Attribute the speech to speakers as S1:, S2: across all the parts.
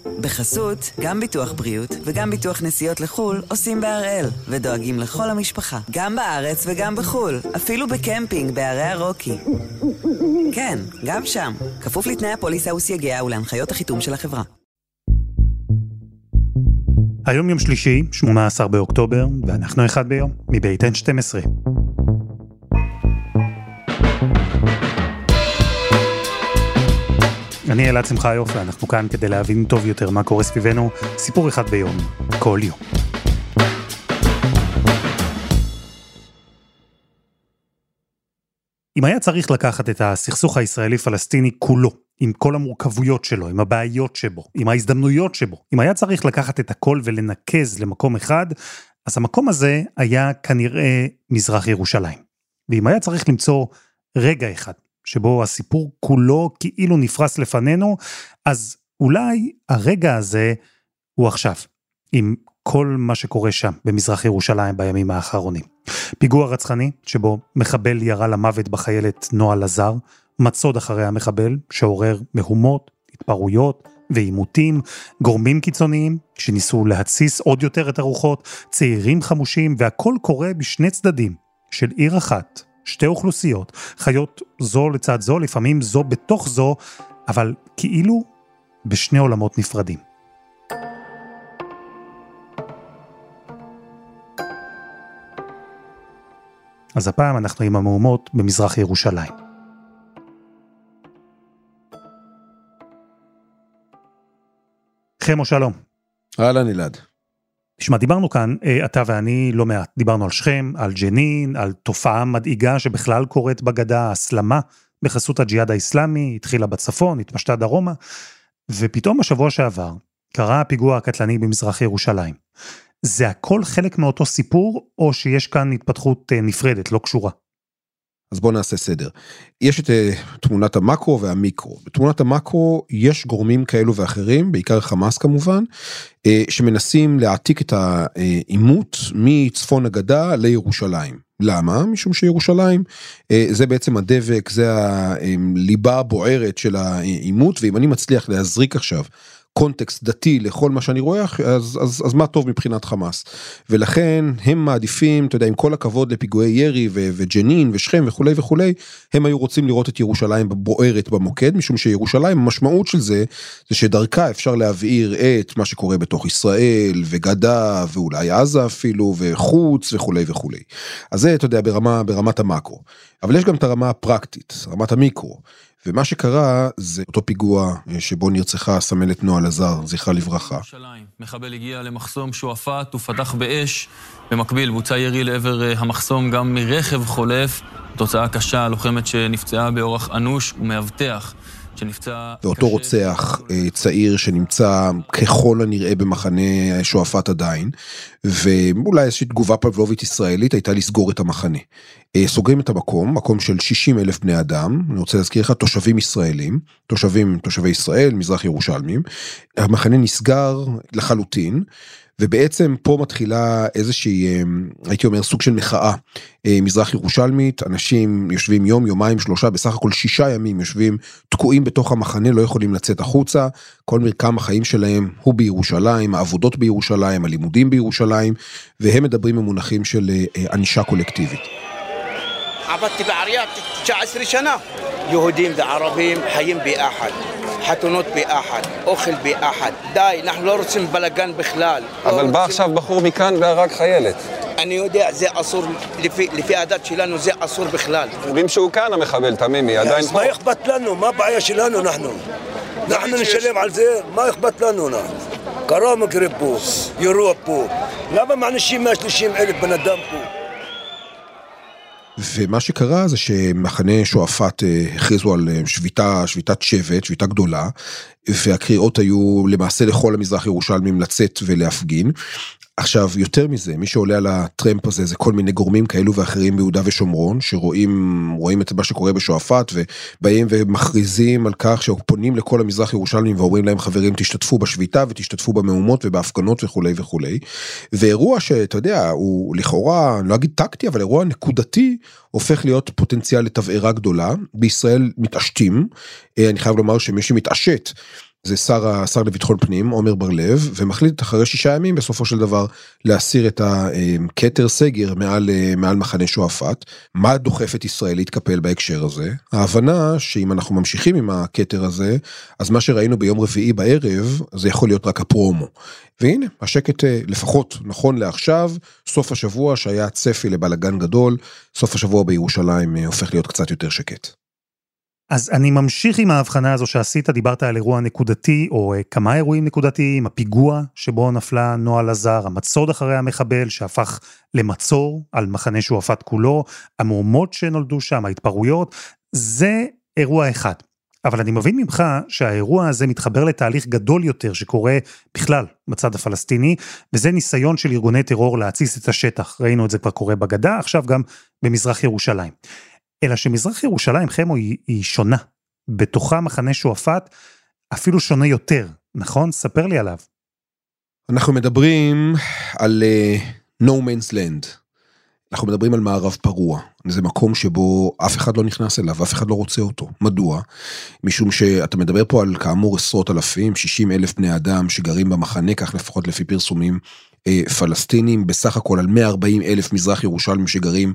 S1: בחסות, גם ביטוח בריאות וגם ביטוח נסיעות לחול עושים בהראל, ודואגים לכל המשפחה, גם בארץ וגם בחול, אפילו בקמפינג בערי הרוקי. כן, גם שם, כפוף לתנאי הפוליסה וסייגיה ולהנחיות החיתום של החברה.
S2: היום יום שלישי, 18 באוקטובר, ואנחנו אחד ביום, מבית N12. אני אלעד שמחיוף, ואנחנו כאן כדי להבין טוב יותר מה קורה סביבנו, סיפור אחד ביום, כל יום. אם היה צריך לקחת את הסכסוך הישראלי-פלסטיני כולו, עם כל המורכבויות שלו, עם הבעיות שבו, עם ההזדמנויות שבו, אם היה צריך לקחת את הכל ולנקז למקום אחד, אז המקום הזה היה כנראה מזרח ירושלים. ואם היה צריך למצוא רגע אחד, שבו הסיפור כולו כאילו נפרס לפנינו, אז אולי הרגע הזה הוא עכשיו, עם כל מה שקורה שם במזרח ירושלים בימים האחרונים. פיגוע רצחני, שבו מחבל ירה למוות בחיילת נועה לזר, מצוד אחרי המחבל, שעורר מהומות, התפרעויות ועימותים, גורמים קיצוניים שניסו להציס עוד יותר את הרוחות, צעירים חמושים, והכל קורה בשני צדדים של עיר אחת, שתי אוכלוסיות, חיות זו לצד זו, לפעמים זו בתוך זו, אבל כאילו בשני עולמות נפרדים. אז הפעם אנחנו עם המהומות במזרח ירושלים. חמו, שלום.
S3: אהלן אלעד.
S2: תשמע, דיברנו כאן, אתה ואני לא מעט, דיברנו על שכם, על ג'נין, על תופעה מדאיגה שבכלל קורית בגדה, הסלמה בחסות הג'יהאד האסלאמי, התחילה בצפון, התפשטה דרומה, ופתאום בשבוע שעבר קרה הפיגוע הקטלני במזרח ירושלים. זה הכל חלק מאותו סיפור, או שיש כאן התפתחות נפרדת, לא קשורה?
S3: אז בואו נעשה סדר. יש את תמונת המקרו והמיקרו. בתמונת המקרו יש גורמים כאלו ואחרים, בעיקר חמאס כמובן, שמנסים להעתיק את העימות מצפון הגדה לירושלים. למה? משום שירושלים זה בעצם הדבק, זה הליבה הבוערת של העימות, ואם אני מצליח להזריק עכשיו קונטקסט דתי לכל מה שאני רואה, אז מה טוב מבחינת חמאס. ולכן הם מעדיפים, אתה יודע, עם כל הכבוד לפיגועי ירי וג'נין ושכם וכולי וכולי, הם היו רוצים לראות את ירושלים בוערת במוקד, משום שירושלים, המשמעות של זה שדרכה אפשר להבעיר את מה שקורה בתוך ישראל וגדה ואולי עזה אפילו וחוץ וכולי וכולי. אז זה, אתה יודע, ברמת המקרו. אבל יש גם את הרמה הפרקטית, רמת המיקרו. ומה שקרה זה אותו פיגוע שבו נרצחה סמלת נועה לזר, זכרה לברכה.
S4: מחבל הגיע למחסום שועפאט ופתח באש, במקביל בוצע ירי לעבר המחסום גם מרכב חולף, תוצאה קשה, לוחמת שנפצעה באורח אנוש ומאבטח שנפצע
S3: ואותו רוצח צעיר שנמצא ככל הנראה במחנה שועפאט עדיין, ואולי איזושהי תגובה פבלובית ישראלית הייתה לסגור את המחנה. סוגרים את המקום, מקום של 60,000 בני אדם, אני רוצה להזכיר לך, תושבים ישראלים, תושבי ישראל, מזרח ירושלמים, המחנה נסגר לחלוטין, ובעצם פה מתחילה איזושהי, הייתי אומר, סוג של מחאה מזרח ירושלמית, אנשים יושבים יום, יומיים, 3, בסך הכל 6 ימים יושבים, תקועים בתוך המחנה, לא יכולים לצאת החוצה, כל מרקם החיים שלהם הוא בירושלים, העבודות בירושלים, הלימודים בירושלים, והם מדברים במונחים של ענישה קולקטיבית.
S5: עבדתי בעירייה 19 שנה, יהודים וערבים חיים ביחד, חתונות ביחד, אוכל ביחד, די, אנחנו לא רוצים בלגן בכלל.
S6: אבל בא עכשיו בחור מכאן והרג חיילת.
S5: אני יודע, זה אסור, לפי הדת שלנו זה אסור בכלל.
S6: אומרים שהוא כאן המחבל, תמימי, עדיין פה.
S7: מה אכפת לנו? מה הבעיה שלנו אנחנו נשלם על זה, מה אכפת לנו? קרה מקרה פה, ירוע פה, למה מענישים 130,000 בן אדם פה?
S3: ומה שקרה זה שמחנה שועפאט הכריזו על שביתת שבט, שביתה גדולה, והקריאות היו למעשה לכל המזרח ירושלמים לצאת ולהפגין. עכשיו, יותר מזה, מי שעולה על הטרמפ הזה, זה כל מיני גורמים כאלו ואחרים ביהודה ושומרון, שרואים את מה שקורה בשועפאט, ובאים ומכריזים על כך שפונים לכל המזרח ירושלמים, ואומרים להם, חברים, תשתתפו בשביתה, ותשתתפו במהומות ובהפגנות וכולי וכולי. ואירוע שאתה יודע, הוא לכאורה, אני לא אגיד טקטי, אבל אירוע נקודתי, הופך להיות פוטנציאל לתבערה גדולה. בישראל מתעשתים, אני חייב לומר שמי שמתעשת, זה שר לביטחון פנים, עומר בר לב, ומחליט אחרי 6 ימים בסופו של דבר להסיר את הכתר סגר מעל מחנה שועפאט. מה דוחף את ישראל להתקפל בהקשר הזה? ההבנה שאם אנחנו ממשיכים עם הכתר הזה, אז מה שראינו ביום רביעי בערב, זה יכול להיות רק הפרומו. והנה, השקט לפחות נכון לעכשיו, סוף השבוע שהיה צפי לבלגן גדול, סוף השבוע בירושלים הופך להיות קצת יותר שקט.
S2: אז אני ממשיך עם ההבחנה הזו שעשית, דיברת על אירוע נקודתי, או כמה אירועים נקודתיים, הפיגוע שבו נפלה נועה לזר, המצוד אחרי המחבל שהפך למצור על מחנה שועפאט כולו, המהומות שנולדו שם, ההתפרעויות, זה אירוע אחד. אבל אני מבין ממך שהאירוע הזה מתחבר לתהליך גדול יותר שקורה בכלל בצד הפלסטיני, וזה ניסיון של ארגוני טרור להציס את השטח. ראינו את זה כבר קורה בגדה, עכשיו גם במזרח ירושלים. אלא שמזרח ירושלים, חמו, היא שונה. בתוכה מחנה שועפאט אפילו שונה יותר, נכון? ספר לי עליו.
S3: אנחנו מדברים על no man's land. אנחנו מדברים על מערב פרוע. זה מקום שבו אף אחד לא נכנס אליו, אף אחד לא רוצה אותו. מדוע? משום שאתה מדבר פה על כאמור עשרות אלפים, 60,000 בני אדם שגרים במחנה, כך לפחות לפי פרסומים פלסטינים, בסך הכל על 140,000 מזרח ירושלים שגרים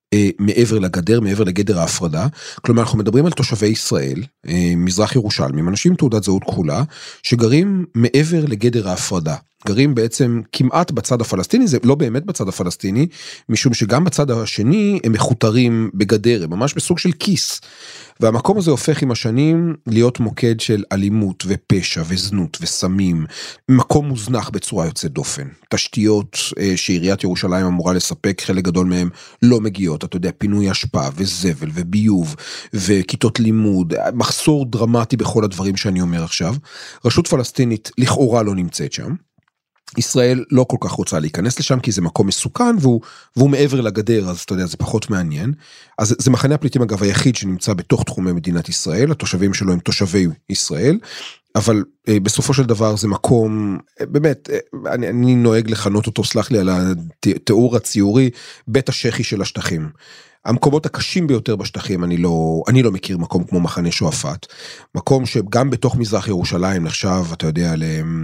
S3: מעבר לגדר, מעבר לגדר ההפרדה. כלומר, אנחנו מדברים על תושבי ישראל, מזרח ירושלים, אנשים תעודת זהות כחולה, שגרים מעבר לגדר ההפרדה. גרים בעצם כמעט בצד הפלסטיני, זה לא באמת בצד הפלסטיני, משום שגם בצד השני הם מחותרים בגדר, הם ממש בסוג של כיס. והמקום הזה הופך עם השנים להיות מוקד של אלימות ופשע וזנות וסמים, מקום מוזנח בצורה יוצאת דופן. תשתיות שעיריית ירושלים אמורה לספק, חלק גדול מהם לא מגיעות, אתה יודע, פינוי השפעה וזבל וביוב וכיתות לימוד, מחסור דרמטי בכל הדברים שאני אומר עכשיו. רשות פלסטינית לכאורה לא נמצאת שם. ישראל לא כל כך רוצה להיכנס לשם, כי זה מקום מסוכן, והוא מעבר לגדר, אז אתה יודע, זה פחות מעניין. אז זה מחנה הפליטים, אגב, היחיד שנמצא בתוך תחומי מדינת ישראל, התושבים שלו הם תושבי ישראל, אבל בסופו של דבר זה מקום, באמת, אני נוהג לכנות אותו, סלח לי על התיאור הציורי, בית השכי של השטחים. המקומות הקשים ביותר בשטחים, אני לא מכיר מקום כמו מחנה שועפאט, מקום שגם בתוך מזרח ירושלים נחשב, אתה יודע,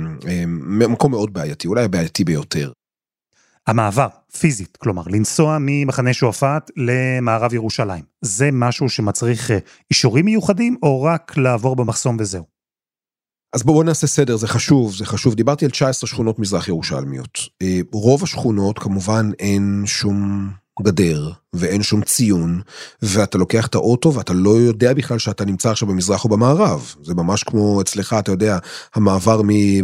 S3: מקום מאוד בעייתי, אולי הבעייתי ביותר.
S2: המעבר, פיזית, כלומר, לנסוע ממחנה שועפאט למערב ירושלים, זה משהו שמצריך אישורים מיוחדים, או רק לעבור במחסום וזהו?
S3: אז בואו נעשה סדר, זה חשוב. דיברתי על 19 שכונות מזרח ירושלמיות. רוב השכונות, כמובן, אין שום גדר, ואין שום ציון, ואתה לוקח את האוטו, ואתה לא יודע בכלל שאתה נמצא עכשיו במזרח או במערב. זה ממש כמו אצלך, אתה יודע, המעבר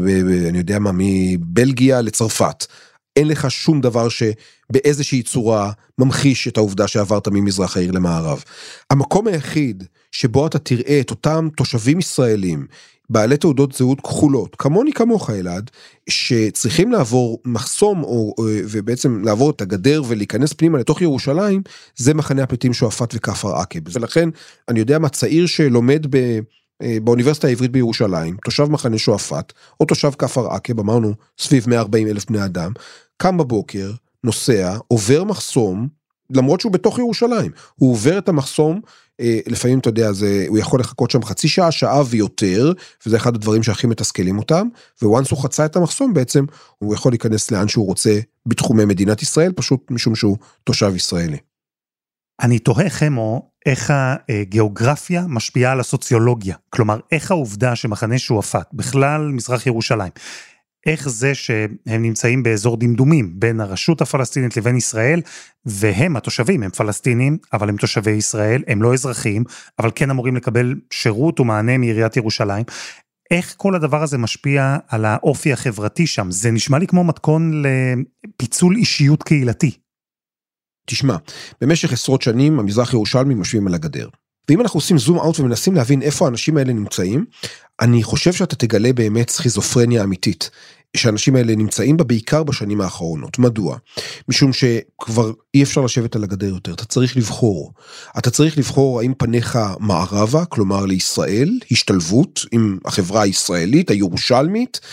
S3: מבלגיה לצרפת. אין לך שום דבר שבאיזושהי צורה ממחיש את העובדה שעברת ממזרח העיר למערב. המקום היחיד שבו אתה תראה את אותם תושבים ישראלים, בעלי תעודות זהות כחולות, כמוני כמוך אלעד, שצריכים לעבור מחסום, ובעצם לעבור את הגדר ולהיכנס פנימה לתוך ירושלים, זה מחנה הפליטים שועפאט וכפר עקב. ולכן אני יודע מה צעיר שלומד באוניברסיטה העברית בירושלים, תושב מחנה שועפאט, או תושב כפר עקב, אמרנו סביב 140,000 בני אדם, קם בבוקר, נוסע, עובר מחסום, למרות שהוא בתוך ירושלים, הוא עובר את המחסום, לפעמים אתה יודע, הוא יכול לחכות שם חצי שעה, שעה ויותר, וזה אחד הדברים שהכי מתסכלים אותם, וואנס הוא חצה את המחסום בעצם, הוא יכול להיכנס לאן שהוא רוצה, בתחומי מדינת ישראל, פשוט משום שהוא תושב ישראלי.
S2: אני תוהה, חמו, איך הגיאוגרפיה משפיעה על הסוציולוגיה, כלומר, איך העובדה שמחנה שועפאט, בכלל מזרח ירושלים, איך זה שהם נמצאים באזור דמדומים, בין הרשות הפלסטינית לבין ישראל, והם התושבים, הם פלסטינים, אבל הם תושבי ישראל, הם לא אזרחים, אבל כן אמורים לקבל שירות ומענה מעיריית ירושלים. איך כל הדבר הזה משפיע על האופי החברתי שם? זה נשמע לי כמו מתכון לפיצול אישיות קהילתי.
S3: תשמע, במשך עשרות שנים המזרח ירושלמים משווים על הגדר. ואם אנחנו עושים זום אאוט ומנסים להבין איפה האנשים האלה נמצאים, אני חושב שאתה תגלה באמת סכיזופרניה אמיתית, שהאנשים האלה נמצאים בה בעיקר בשנים האחרונות. מדוע? משום שכבר אי אפשר לשבת על הגדר יותר, אתה צריך לבחור. אתה צריך לבחור האם פניך מערבה, כלומר לישראל, השתלבות עם החברה הישראלית, הירושלמית,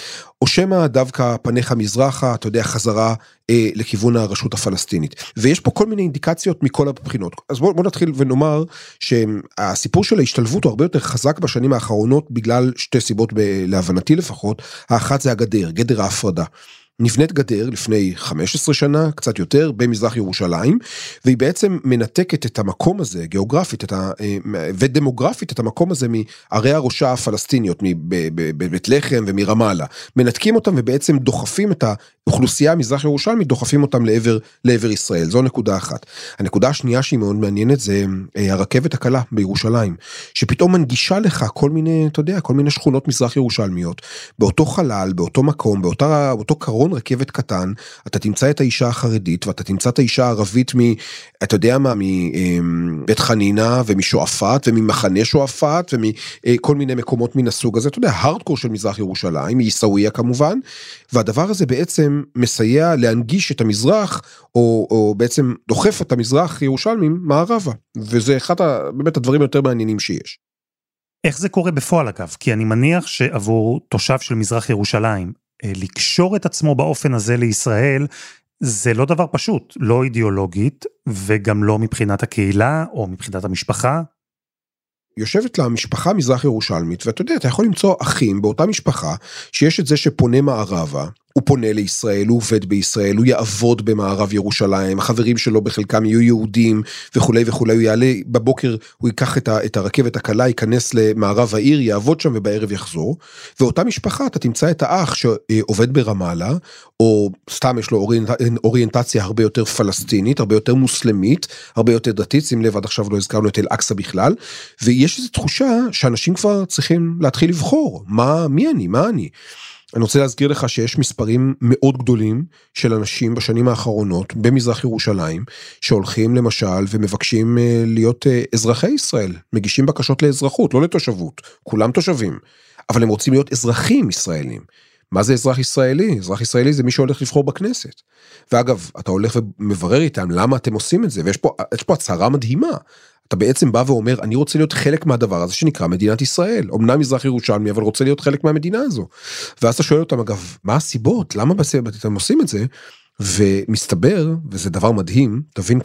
S3: או שמה דווקא פניך מזרחה, אתה יודע, חזרה לכיוון הרשות הפלסטינית. ויש פה כל מיני אינדיקציות מכל הבחינות. אז בוא נתחיל ונאמר שהסיפור של ההשתלבות הוא הרבה יותר חזק בשנים האחרונות, בגלל שתי סיבות להבנתי לפחות. האחת זה הגדר, גדר ההפרדה. נבנית גדר לפני 15 שנה, קצת יותר, במזרח ירושלים, והיא בעצם מנתקת את המקום הזה, גיאוגרפית ודמוגרפית, את המקום הזה מערי הראשה הפלסטיניות, מבית לחם ומרמאללה. מנתקים אותם ובעצם דוחפים את האוכלוסייה המזרח ירושלמית, דוחפים אותם לעבר ישראל. זו נקודה אחת. הנקודה השנייה שהיא מאוד מעניינת, זה הרכבת הקלה בירושלים, שפתאום מנגישה לך כל מיני, אתה יודע, כל מיני שכונות מזרח ירושלמיות, באותו חלל, באותו מקום, באותו קרון רכבת קטן, אתה תמצא את האישה החרדית, ואתה תמצא את האישה הערבית אתה יודע מה, מבית חנינה, ומשועפת, וממחנה שועפת, ומכל מיני מקומות מן הסוג הזה, אתה יודע, הארדקור של מזרח ירושלים, מיסאוויה כמובן, והדבר הזה בעצם מסייע להנגיש את המזרח, או בעצם דוחף את המזרח ירושלמים מערבה, וזה אחד באמת הדברים היותר מעניינים שיש.
S2: איך זה קורה בפועל אגב? כי אני מניח שעבור תושב של מזרח ירושלים, לקשור את עצמו באופן הזה לישראל, זה לא דבר פשוט, לא אידיאולוגית, וגם לא מבחינת הקהילה, או מבחינת המשפחה.
S3: יושבת לה משפחה מזרח ירושלמית, ואתה יודע, אתה יכול למצוא אחים באותה משפחה, שיש את זה שפונה מערבה, הוא פונה לישראל, הוא עובד בישראל, הוא יעבוד במערב ירושלים, החברים שלו בחלקם יהיו יהודים וכו' וכו', הוא יעלה בבוקר, הוא ייקח את הרכבת הקלה, ייכנס למערב העיר, יעבוד שם ובערב יחזור, ואותה משפחה אתה תמצא את האח שעובד ברמאללה, או סתם יש לו אוריינטציה הרבה יותר פלסטינית, הרבה יותר מוסלמית, הרבה יותר דתית, שים לב עד עכשיו לא הזכרנו את אל-אקצא בכלל, ויש איזו תחושה שאנשים כבר צריכים להתחיל לבחור, מי אני? אני רוצה להזכיר לך שיש מספרים מאוד גדולים של אנשים בשנים האחרונות במזרח ירושלים, שהולכים למשל ומבקשים להיות אזרחי ישראל, מגישים בקשות לאזרחות, לא לתושבות, כולם תושבים, אבל הם רוצים להיות אזרחים ישראלים. מה זה אזרח ישראלי? אזרח ישראלי זה מי שהולך לבחור בכנסת. ואגב, אתה הולך ומברר איתם למה אתם עושים את זה, ויש פה הצהרה מדהימה. אתה בעצם בא ואומר, אני רוצה להיות חלק מהדבר הזה שנקרא מדינת ישראל, אמנם מזרח ירושלמי, אבל רוצה להיות חלק מהמדינה הזו. ואז אתה שואל אותם, אגב, מה הסיבות? למה אתם עושים את זה? ומסתבר, וזה דבר מדהים, תבין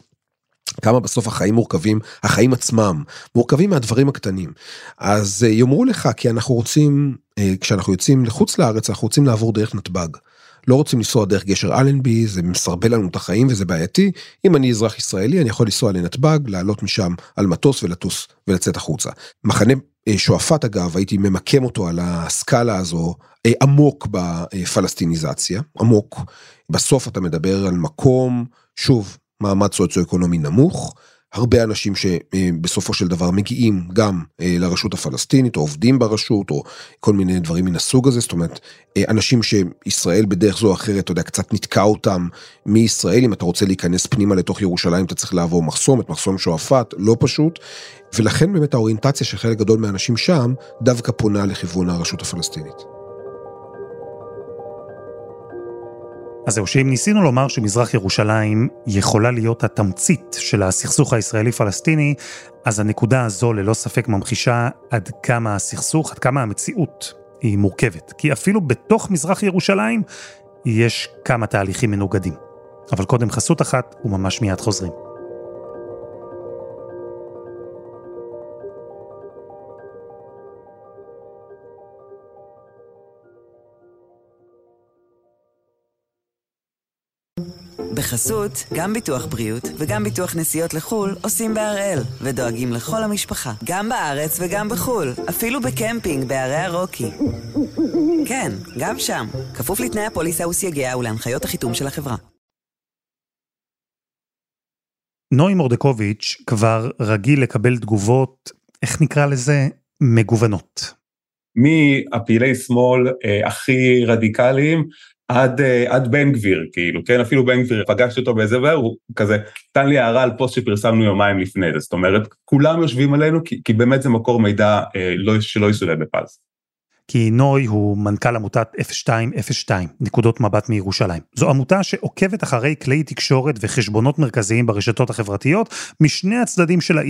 S3: כמה בסוף החיים מורכבים, החיים עצמם, מורכבים מהדברים הקטנים. אז יאמרו לך, כי אנחנו רוצים, כשאנחנו יוצאים לחוץ לארץ, אנחנו רוצים לעבור דרך נתב"ג. לא רוצים לנסוע דרך גשר אלנבי, זה מסרבל לנו את החיים וזה בעייתי. אם אני אזרח ישראלי, אני יכול לנסוע לנתב"ג, לעלות משם על מטוס ולטוס ולצאת החוצה. מחנה שועפת אגב, הייתי ממקם אותו על הסקאלה הזו, עמוק בפלסטיניזציה, עמוק. בסוף אתה מדבר על מקום, שוב, מעמד סוציו-אקונומי נמוך, הרבה אנשים שבסופו של דבר מגיעים גם לרשות הפלסטינית, או עובדים ברשות, או כל מיני דברים מן הסוג הזה, זאת אומרת, אנשים שישראל בדרך זו או אחרת, אתה יודע, קצת נתקע אותם מישראל, אם אתה רוצה להיכנס פנימה לתוך ירושלים, אתה צריך לעבור מחסום, את מחסום שועפת, לא פשוט, ולכן באמת האוריינטציה של חלק גדול מהאנשים שם, דווקא פונה לכיוון הרשות הפלסטינית.
S2: אז זהו, שאם ניסינו לומר שמזרח ירושלים יכולה להיות התמצית של הסכסוך הישראלי-פלסטיני, אז הנקודה הזו ללא ספק ממחישה עד כמה הסכסוך, עד כמה המציאות היא מורכבת. כי אפילו בתוך מזרח ירושלים יש כמה תהליכים מנוגדים. אבל קודם חסות אחת וממש מיד חוזרים.
S1: בחסות, גם ביטוח בריאות וגם ביטוח נסיעות לחול עושים בהראל ודואגים לכל המשפחה, גם בארץ וגם בחול, אפילו בקמפינג בערי הרוקי. כן, גם שם, כפוף לתנאי הפוליסה וסייגיה ולהנחיות החיתום של החברה.
S2: נוי מורדקוביץ' כבר רגיל לקבל תגובות, איך נקרא לזה, מגוונות.
S8: מהפעילי שמאל הכי רדיקליים, עד בן גביר, כאילו, כן, אפילו בן גביר, פגשתי אותו באיזה והוא כזה, תן לי הערה על פוסט שפרסמנו יומיים לפני זה, זאת אומרת, כולם יושבים עלינו, כי באמת זה מקור מידע שלא יסולה בפז.
S2: כי נוי הוא מנכ"ל עמותת 0202, נקודות מבט מירושלים. זו עמותה שעוקבת אחרי כלי תקשורת וחשבונות מרכזיים ברשתות החברתיות, משני הצדדים של העיר.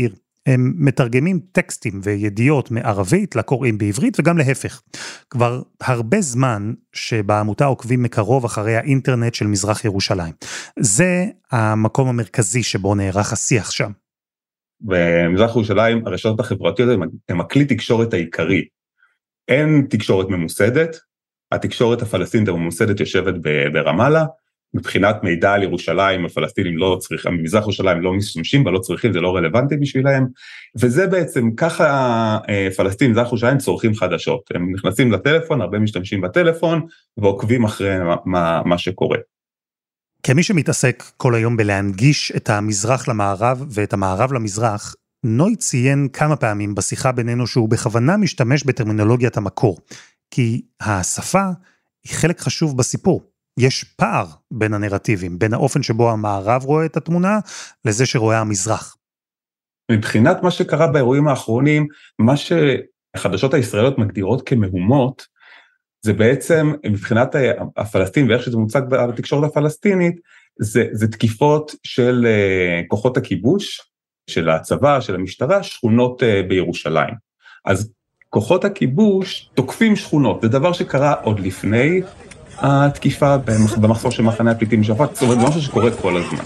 S2: הם מתרגמים טקסטים וידיעות מערבית לקוראים בעברית וגם להפך. כבר הרבה זמן שבעמותה עוקבים מקרוב אחרי האינטרנט של מזרח ירושלים. זה המקום המרכזי שבו נערך השיח שם.
S8: במזרח ירושלים הרשתות החברתיות הם הכלי תקשורת העיקרי. אין תקשורת ממוסדת, התקשורת הפלסטינית הממוסדת יושבת ברמאללה, מבחינת מידע על ירושלים, הפלסטינים לא צריכים, במזרח ירושלים לא משתמשים בה, לא צריכים, זה לא רלוונטי בשבילהם, וזה בעצם, ככה פלסטינים, מזרח ירושלים צורכים חדשות, הם נכנסים לטלפון, הרבה משתמשים בטלפון, ועוקבים אחרי מה שקורה.
S2: כמי שמתעסק כל היום בלהנגיש את המזרח למערב ואת המערב למזרח, נוי ציין כמה פעמים בשיחה בינינו שהוא בכוונה משתמש בטרמינולוגיית המקור, כי השפה היא חלק חשוב בסיפור. יש פער בין הנרטיבים, בין האופן שבו המערב רואה את התמונה, לזה שרואה המזרח.
S8: מבחינת מה שקרה באירועים האחרונים, מה שהחדשות הישראליות מגדירות כמהומות, זה בעצם, מבחינת הפלסטין, ואיך שזה מוצג בתקשורת הפלסטינית, זה תקיפות של כוחות הכיבוש, של הצבא, של המשטרה, שכונות בירושלים. אז כוחות הכיבוש תוקפים שכונות, זה דבר שקרה עוד לפני התקיפה במחסור של מחנה הפליטים שועפאט, זאת אומרת, זה משהו שקורה כל הזמן.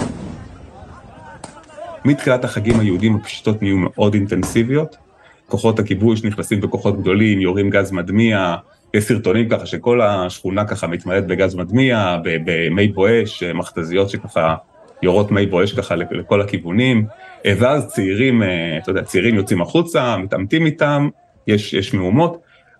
S8: מתחילת החגים היהודים הפשיטות נהיו מאוד אינטנסיביות, כוחות הכיבוש נכנסים בכוחות גדולים, יורים גז מדמיע, יש סרטונים ככה שכל השכונה ככה מתמלאת בגז מדמיע, במי בואש, מכתזיות שככה יורות מי בואש ככה לכל הכיוונים, ואז צעירים, אתה יודע, צעירים יוצאים החוצה, מתעמתים איתם, יש מהומות,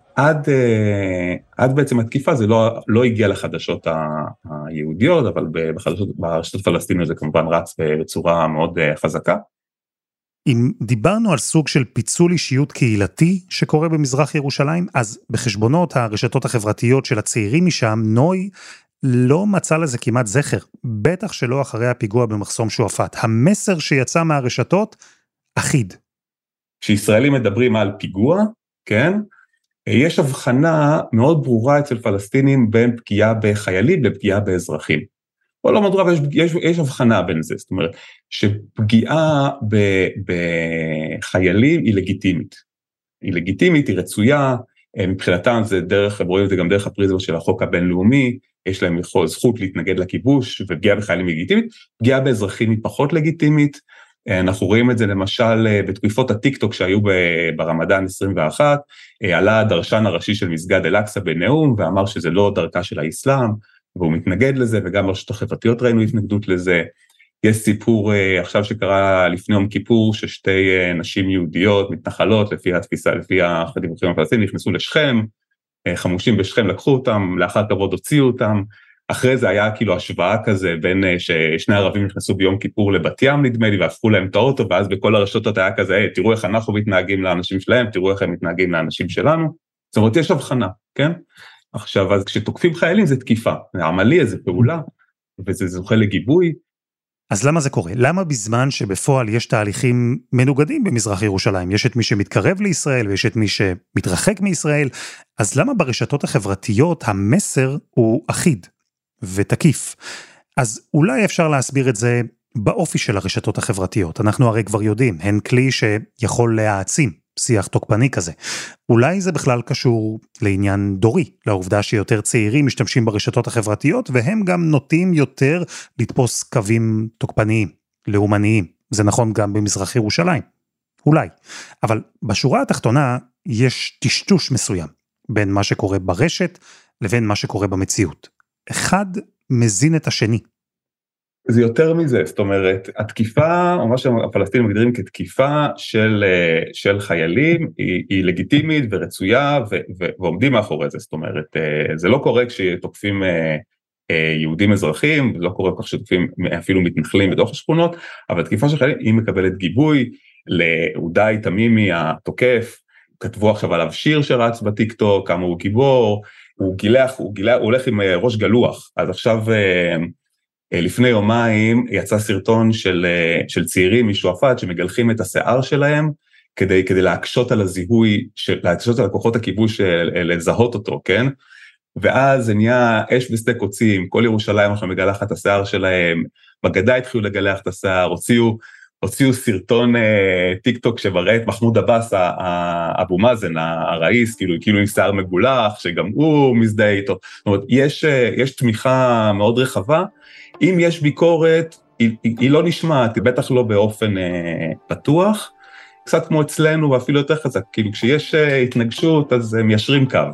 S8: עד בעצם התקיפה זה לא הגיע לחדשות היהודיות, אבל ברשתות הפלסטיניות זה כמובן רץ בצורה מאוד חזקה.
S2: אם דיברנו על סוג של פיצול אישיות קהילתי שקורה במזרח ירושלים, אז בחשבונות הרשתות החברתיות של הצעירים משם, נוי לא מצא לזה כמעט זכר, בטח שלא אחרי הפיגוע במחסום שועפאט. המסר שיצא מהרשתות אחיד.
S8: כשישראלים מדברים על פיגוע, כן? יש הבחנה מאוד ברורה אצל פלסטינים בין פגיעה בחיילים לפגיעה באזרחים. או לא מדורה, יש הבחנה בין זה, זאת אומרת, שפגיעה בחיילים היא לגיטימית. היא לגיטימית, היא רצויה, מבחינתם זה דרך, רואים את זה גם דרך הפריזמה של החוק הבינלאומי, יש להם זכות להתנגד לכיבוש, ופגיעה בחיילים היא לגיטימית, פגיעה באזרחים היא פחות לגיטימית, אנחנו רואים את זה למשל בתקופות הטיק-טוק שהיו ברמדאן 21, עלה הדרשן הראשי של מסגד אל-אקצא בנאום, ואמר שזה לא דרכה של האסלאם, והוא מתנגד לזה, וגם ברשתות החברתיות ראינו התנגדות לזה. יש סיפור עכשיו שקרה לפני יום כיפור, ששתי נשים יהודיות מתנחלות, לפי התפיסה, לפי הדיווחים הפלסטיניים, נכנסו לשכם, חמושים בשכם לקחו אותם, לאחר כבוד הוציאו אותם, אחרי זה היה כאילו השוואה כזה, בין ששני ערבים נכנסו ביום כיפור לבת ים נדמה לי, והפכו להם את האוטו, ואז בכל הרשתות היה כזה, תראו איך אנחנו מתנהגים לאנשים שלהם, תראו איך הם מתנהגים לאנשים שלנו, זאת אומרת, יש הבחנה, כן? עכשיו, אז כשתוקפים חיילים זה תקיפה, זה עמלי, זה פעולה, וזה זוכה לגיבוי.
S2: אז למה זה קורה? למה בזמן שבפועל יש תהליכים מנוגדים במזרח ירושלים? יש את מי שמתקרב לישראל ויש את מי שמתרחק מישראל, אז למה ברשתות החברתיות המסר הוא אחיד ותקיף? אז אולי אפשר להסביר את זה באופי של הרשתות החברתיות. אנחנו הרי כבר יודעים, הן כלי שיכול להעצים. שיח תוקפני כזה. אולי זה בכלל קשור לעניין דורי, לעובדה שיותר צעירים משתמשים ברשתות החברתיות, והם גם נוטים יותר לתפוס קווים תוקפניים, לאומניים. זה נכון גם במזרח ירושלים. אולי. אבל בשורה התחתונה יש טשטוש מסוים, בין מה שקורה ברשת לבין מה שקורה במציאות. אחד מזין את השני.
S8: זה יותר מזה, זאת אומרת, התקיפה, או מה שהפלסטינים מגדירים כתקיפה של חיילים, היא לגיטימית ורצויה, ועומדים מאחורי זה, זאת אומרת, זה לא קורה כשתוקפים יהודים אזרחים, זה לא קורה כך שתוקפים אפילו מתנחלים בתוך השכונות, אבל התקיפה של חיילים היא מקבלת גיבוי, לאודאי תמימי התוקף, כתבו עכשיו עליו שיר שרץ בטיקטוק, כמה הוא גיבור, הוא הולך עם ראש גלוח, אז עכשיו לפני יומיים יצא סרטון של צעירים משועפאט שמגלחים את השיער שלהם, כדי להקשות על הזיהוי, להקשות על כוחות הכיבוש לזהות אותו, כן? ואז זה נהיה אש ושדה קוצים, כל ירושלים עכשיו מגלחת את השיער שלהם, בגדה התחילו לגלח את השיער, הוציאו סרטון טיק טוק שמראה את מחמוד עבאס, אבו מאזן, הראיס, כאילו עם שיער מגולח, שגם הוא מזדהה איתו. זאת אומרת, יש תמיכה מאוד רחבה, אם יש ביקורת, היא לא נשמעת, היא בטח לא באופן פתוח, קצת כמו אצלנו ואפילו יותר חזק, כאילו כשיש התנגשות אז הם ישרים קו.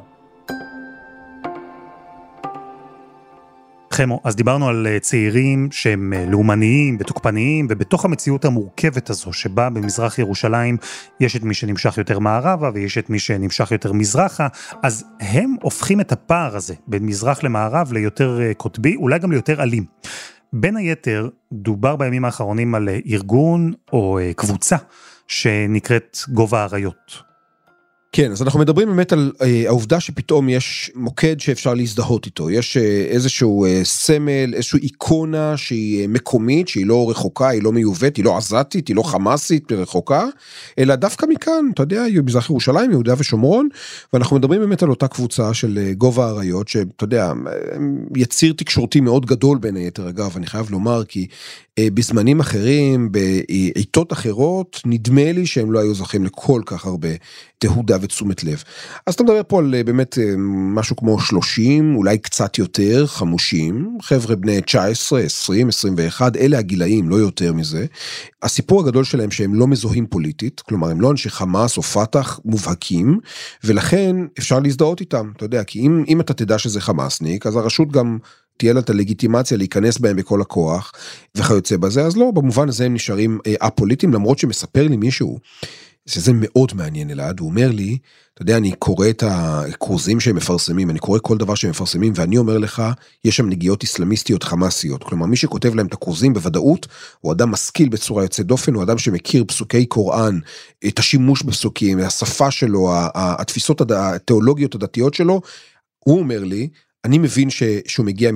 S2: חמו, אז דיברנו על צעירים שהם לאומניים ותוקפניים, ובתוך המציאות המורכבת הזו שבה במזרח ירושלים יש את מי שנמשך יותר מערבה ויש את מי שנמשך יותר מזרחה, אז הם הופכים את הפער הזה בין מזרח למערב ליותר קוטבי, אולי גם ליותר אלים. בין היתר דובר בימים האחרונים על ארגון או קבוצה שנקראת גובה האריות.
S3: כן, אז אנחנו מדברים באמת על העובדה שפתאום יש מוקד שאפשר להזדהות איתו, יש איזשהו סמל, איזשהו איקונה שהיא מקומית, שהיא לא רחוקה, היא לא מיובאת, היא לא עזתית, היא לא חמאסית רחוקה, אלא דווקא מכאן, אתה יודע, מזרח ירושלים, יהודה ושומרון, ואנחנו מדברים באמת על אותה קבוצה של גובה האריות, שאתה יודע, יציר תקשורתי מאוד גדול בין היתר, אגב, אני חייב לומר, כי בזמנים אחרים, בעיתות אחרות, נדמה לי שהם לא היו זוכים לכל כך הרבה תהודה ותשומת לב. אז אתה מדבר פה על באמת משהו כמו 30, אולי קצת יותר, חמושים, חבר'ה בני 19, 20, 21, אלה הגילאים, לא יותר מזה. הסיפור הגדול שלהם שהם לא מזוהים פוליטית, כלומר הם לא אנשי חמאס או פתח מובהקים, ולכן אפשר להזדהות איתם, אתה יודע, כי אם אתה תדע שזה חמאסניק, אז הרשות גם תהיה לה את הלגיטימציה להיכנס בהם בכל הכוח, וכיוצא בזה, אז לא, במובן הזה הם נשארים אפוליטיים, למרות שמספר לי מישהו, שזה מאוד מעניין אלעד, הוא אומר לי, אתה יודע, אני קורא את הקורזים שהם מפרסמים, אני קורא כל דבר שהם מפרסמים, ואני אומר לך, יש שם נגיעות איסלאמיסטיות חמאסיות, כלומר, מי שכותב להם את הקורזים בוודאות, הוא אדם משכיל בצורה יוצאת דופן, הוא אדם שמכיר פסוקי קוראן, את השימוש בפסוקים, השפה שלו, התפיסות התיאולוגיות הדתיות שלו, הוא אומר לי, אני מבין שהוא מגיע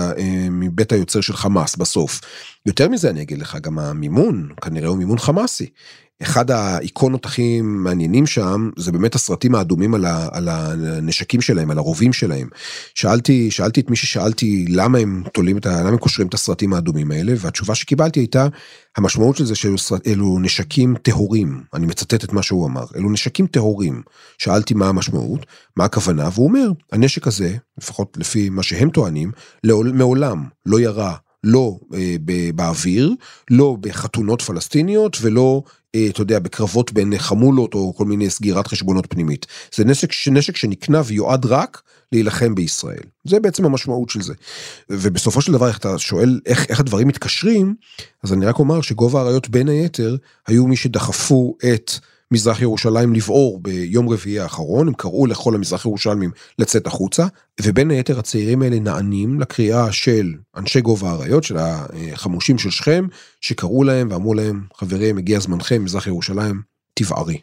S3: מבית היוצר של חמאס בסוף. יותר מזה אני אגיד לך, גם המימון, כנראה הוא מימון חמאסי. אחד האיקונות הכי מעניינים שם, זה באמת הסרטים האדומים על הנשקים שלהם, על הרובים שלהם. שאלתי את מי ששאלתי למה הם קושרים את הסרטים האדומים האלה, והתשובה שקיבלתי הייתה, המשמעות של זה שאלו נשקים טהורים, אני מצטט את מה שהוא אמר, אלו נשקים טהורים. שאלתי מה המשמעות, מה הכוונה, והוא אומר, הנשק הזה, לפחות לפי מה שהם טוענים, מעולם לא ירה, לא באוויר, לא בחתונות פלסטיניות, ולא, אתה יודע, בקרבות בין חמולות, או כל מיני סגירת חשבונות פנימית. זה נשק שנקנה ויועד רק להילחם בישראל. זה בעצם המשמעות של זה. ובסופו של דבר, איך אתה שואל איך הדברים מתקשרים, אז אני רק אומר שגובה האריות בין היתר, היו מי שדחפו את מזרח ירושלים לבעור ביום רביעי האחרון, הם קראו לכל המזרח ירושלמים לצאת החוצה, ובין היתר הצעירים האלה נענים לקריאה של אנשי גובה האריות, של החמושים של שכם, שקראו להם ואמרו להם, חברים, הגיע זמנכם, מזרח ירושלים, תבערי.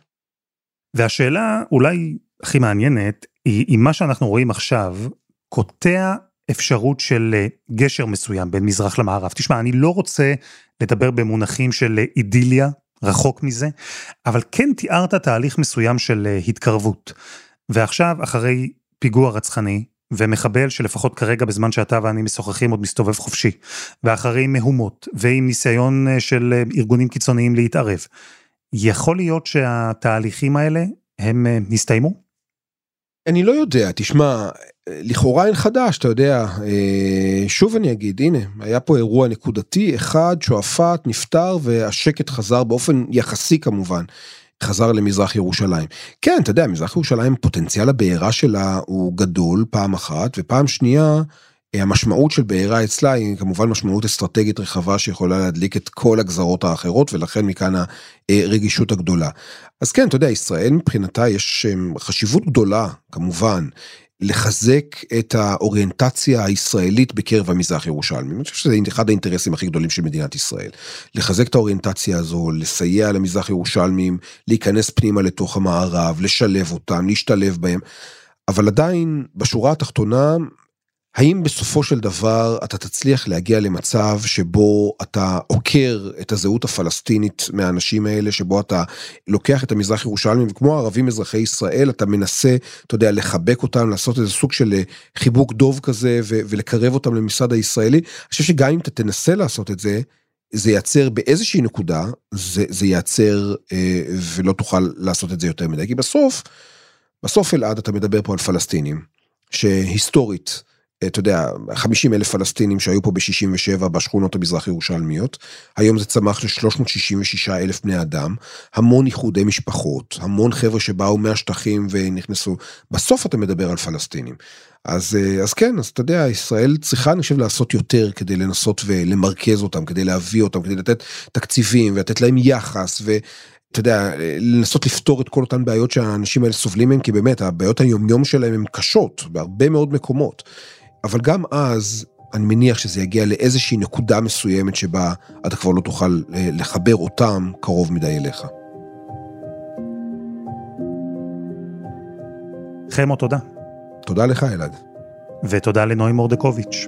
S2: והשאלה אולי הכי מעניינת, היא אם מה שאנחנו רואים עכשיו, קוטע אפשרות של גשר מסוים בין מזרח למערב. תשמע, אני לא רוצה לדבר במונחים של אידיליה, רחוק מזה, אבל כן תיארת תהליך מסוים של התקרבות. ועכשיו, אחרי פיגוע רצחני, ומחבל שלפחות כרגע בזמן שאתה ואני משוחחים עוד מסתובב חופשי, ואחרי מהומות, ועם ניסיון של ארגונים קיצוניים להתערב, יכול להיות שהתהליכים האלה הם נסתיימו?
S3: אני לא יודע, תשמע, לכאורה אין חדש, אתה יודע, שוב אני אגיד, הנה, היה פה אירוע נקודתי, אחד, שועפאט, נפטר, והשקט חזר באופן יחסי כמובן, חזר למזרח ירושלים. כן, אתה יודע, מזרח ירושלים, פוטנציאל הבעירה שלה הוא גדול פעם אחת, ופעם שנייה, המשמעות של בעירה אצלה היא כמובן משמעות אסטרטגית רחבה שיכולה להדליק את כל הגזרות האחרות, ולכן מכאן הרגישות הגדולה. אז כן, אתה יודע, ישראל מבחינתה יש חשיבות גדולה, כמובן, לחזק את האוריינטציה הישראלית בקרב המזרח ירושלמי. אני חושב שזה אחד האינטרסים הכי גדולים של מדינת ישראל. לחזק את האוריינטציה הזו, לסייע למזרח ירושלמים, להיכנס פנימה לתוך המערב, לשלב אותם, להשתלב בהם. אבל עדיין, בשורה התחתונה, האם בסופו של דבר אתה תצליח להגיע למצב שבו אתה עוקר את הזהות הפלסטינית מהאנשים האלה, שבו אתה לוקח את המזרח ירושלמים, וכמו הערבים אזרחי ישראל, אתה מנסה, אתה יודע, לחבק אותם, לעשות איזה סוג של חיבוק דוב כזה, ולקרב אותם למסד הישראלי. אני חושב שגם אם אתה תנסה לעשות את זה, זה ייצר באיזושהי נקודה, זה ייצר ולא תוכל לעשות את זה יותר מדי, כי בסוף אלעד אתה מדבר פה על פלסטינים, שהיסטורית, אתה יודע, 50,000 פלסטינים שהיו פה ב-67 בשכונות המזרח ירושלמיות, היום זה צמח ל-366,000 בני אדם, המון איחודי משפחות, המון חבר'ה שבאו מהשטחים ונכנסו, בסוף אתה מדבר על פלסטינים. אז כן, אז אתה יודע, ישראל צריכה, אני חושב, לעשות יותר כדי לנסות ולמרכז אותם, כדי להביא אותם, כדי לתת תקציבים ולתת להם יחס אתה יודע, לנסות לפתור את כל אותן בעיות שהאנשים האלה סובלים מהם, כי באמת, הבעיות היומיום שלהם הן קשות, בהרבה מאוד מקומות. אבל גם אז, אני מניח שזה יגיע לאיזושהי נקודה מסוימת, שבה אתה כבר לא תוכל לחבר אותם קרוב מדי אליך.
S2: חמו, תודה.
S3: תודה לך, אלעד.
S2: ותודה לנוי מורדקוביץ'.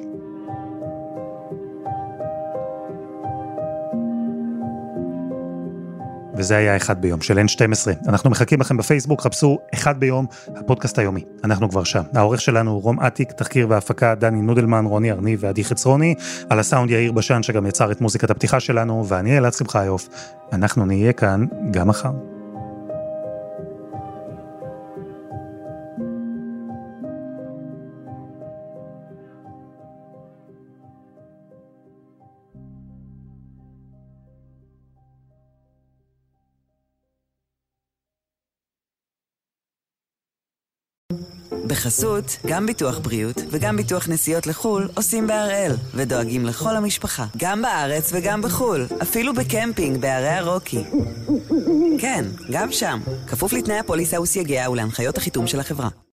S2: וזה היה אחד ביום של N12. אנחנו מחכים לכם בפייסבוק, חפשו אחד ביום, הפודקאסט היומי. אנחנו כבר שם. העורך שלנו רום עתיק, תחקיר והפקה דני נודלמן, רוני ארני ועדי חצרוני, על הסאונד יאיר בשן שגם יצר את מוזיקת הפתיחה שלנו, ואני אלעד שמחיוף. אנחנו נהיה כאן גם מחר.
S1: בחסות, גם ביטוח בריאות וגם ביטוח נסיעות לחול עושים בהראל ודואגים לכל המשפחה, גם בארץ וגם בחול, אפילו בקמפינג בערי הרוקי. כן, גם שם, כפוף לתנאי הפוליסה וסייגיה ולהנחיות החיתום של החברה.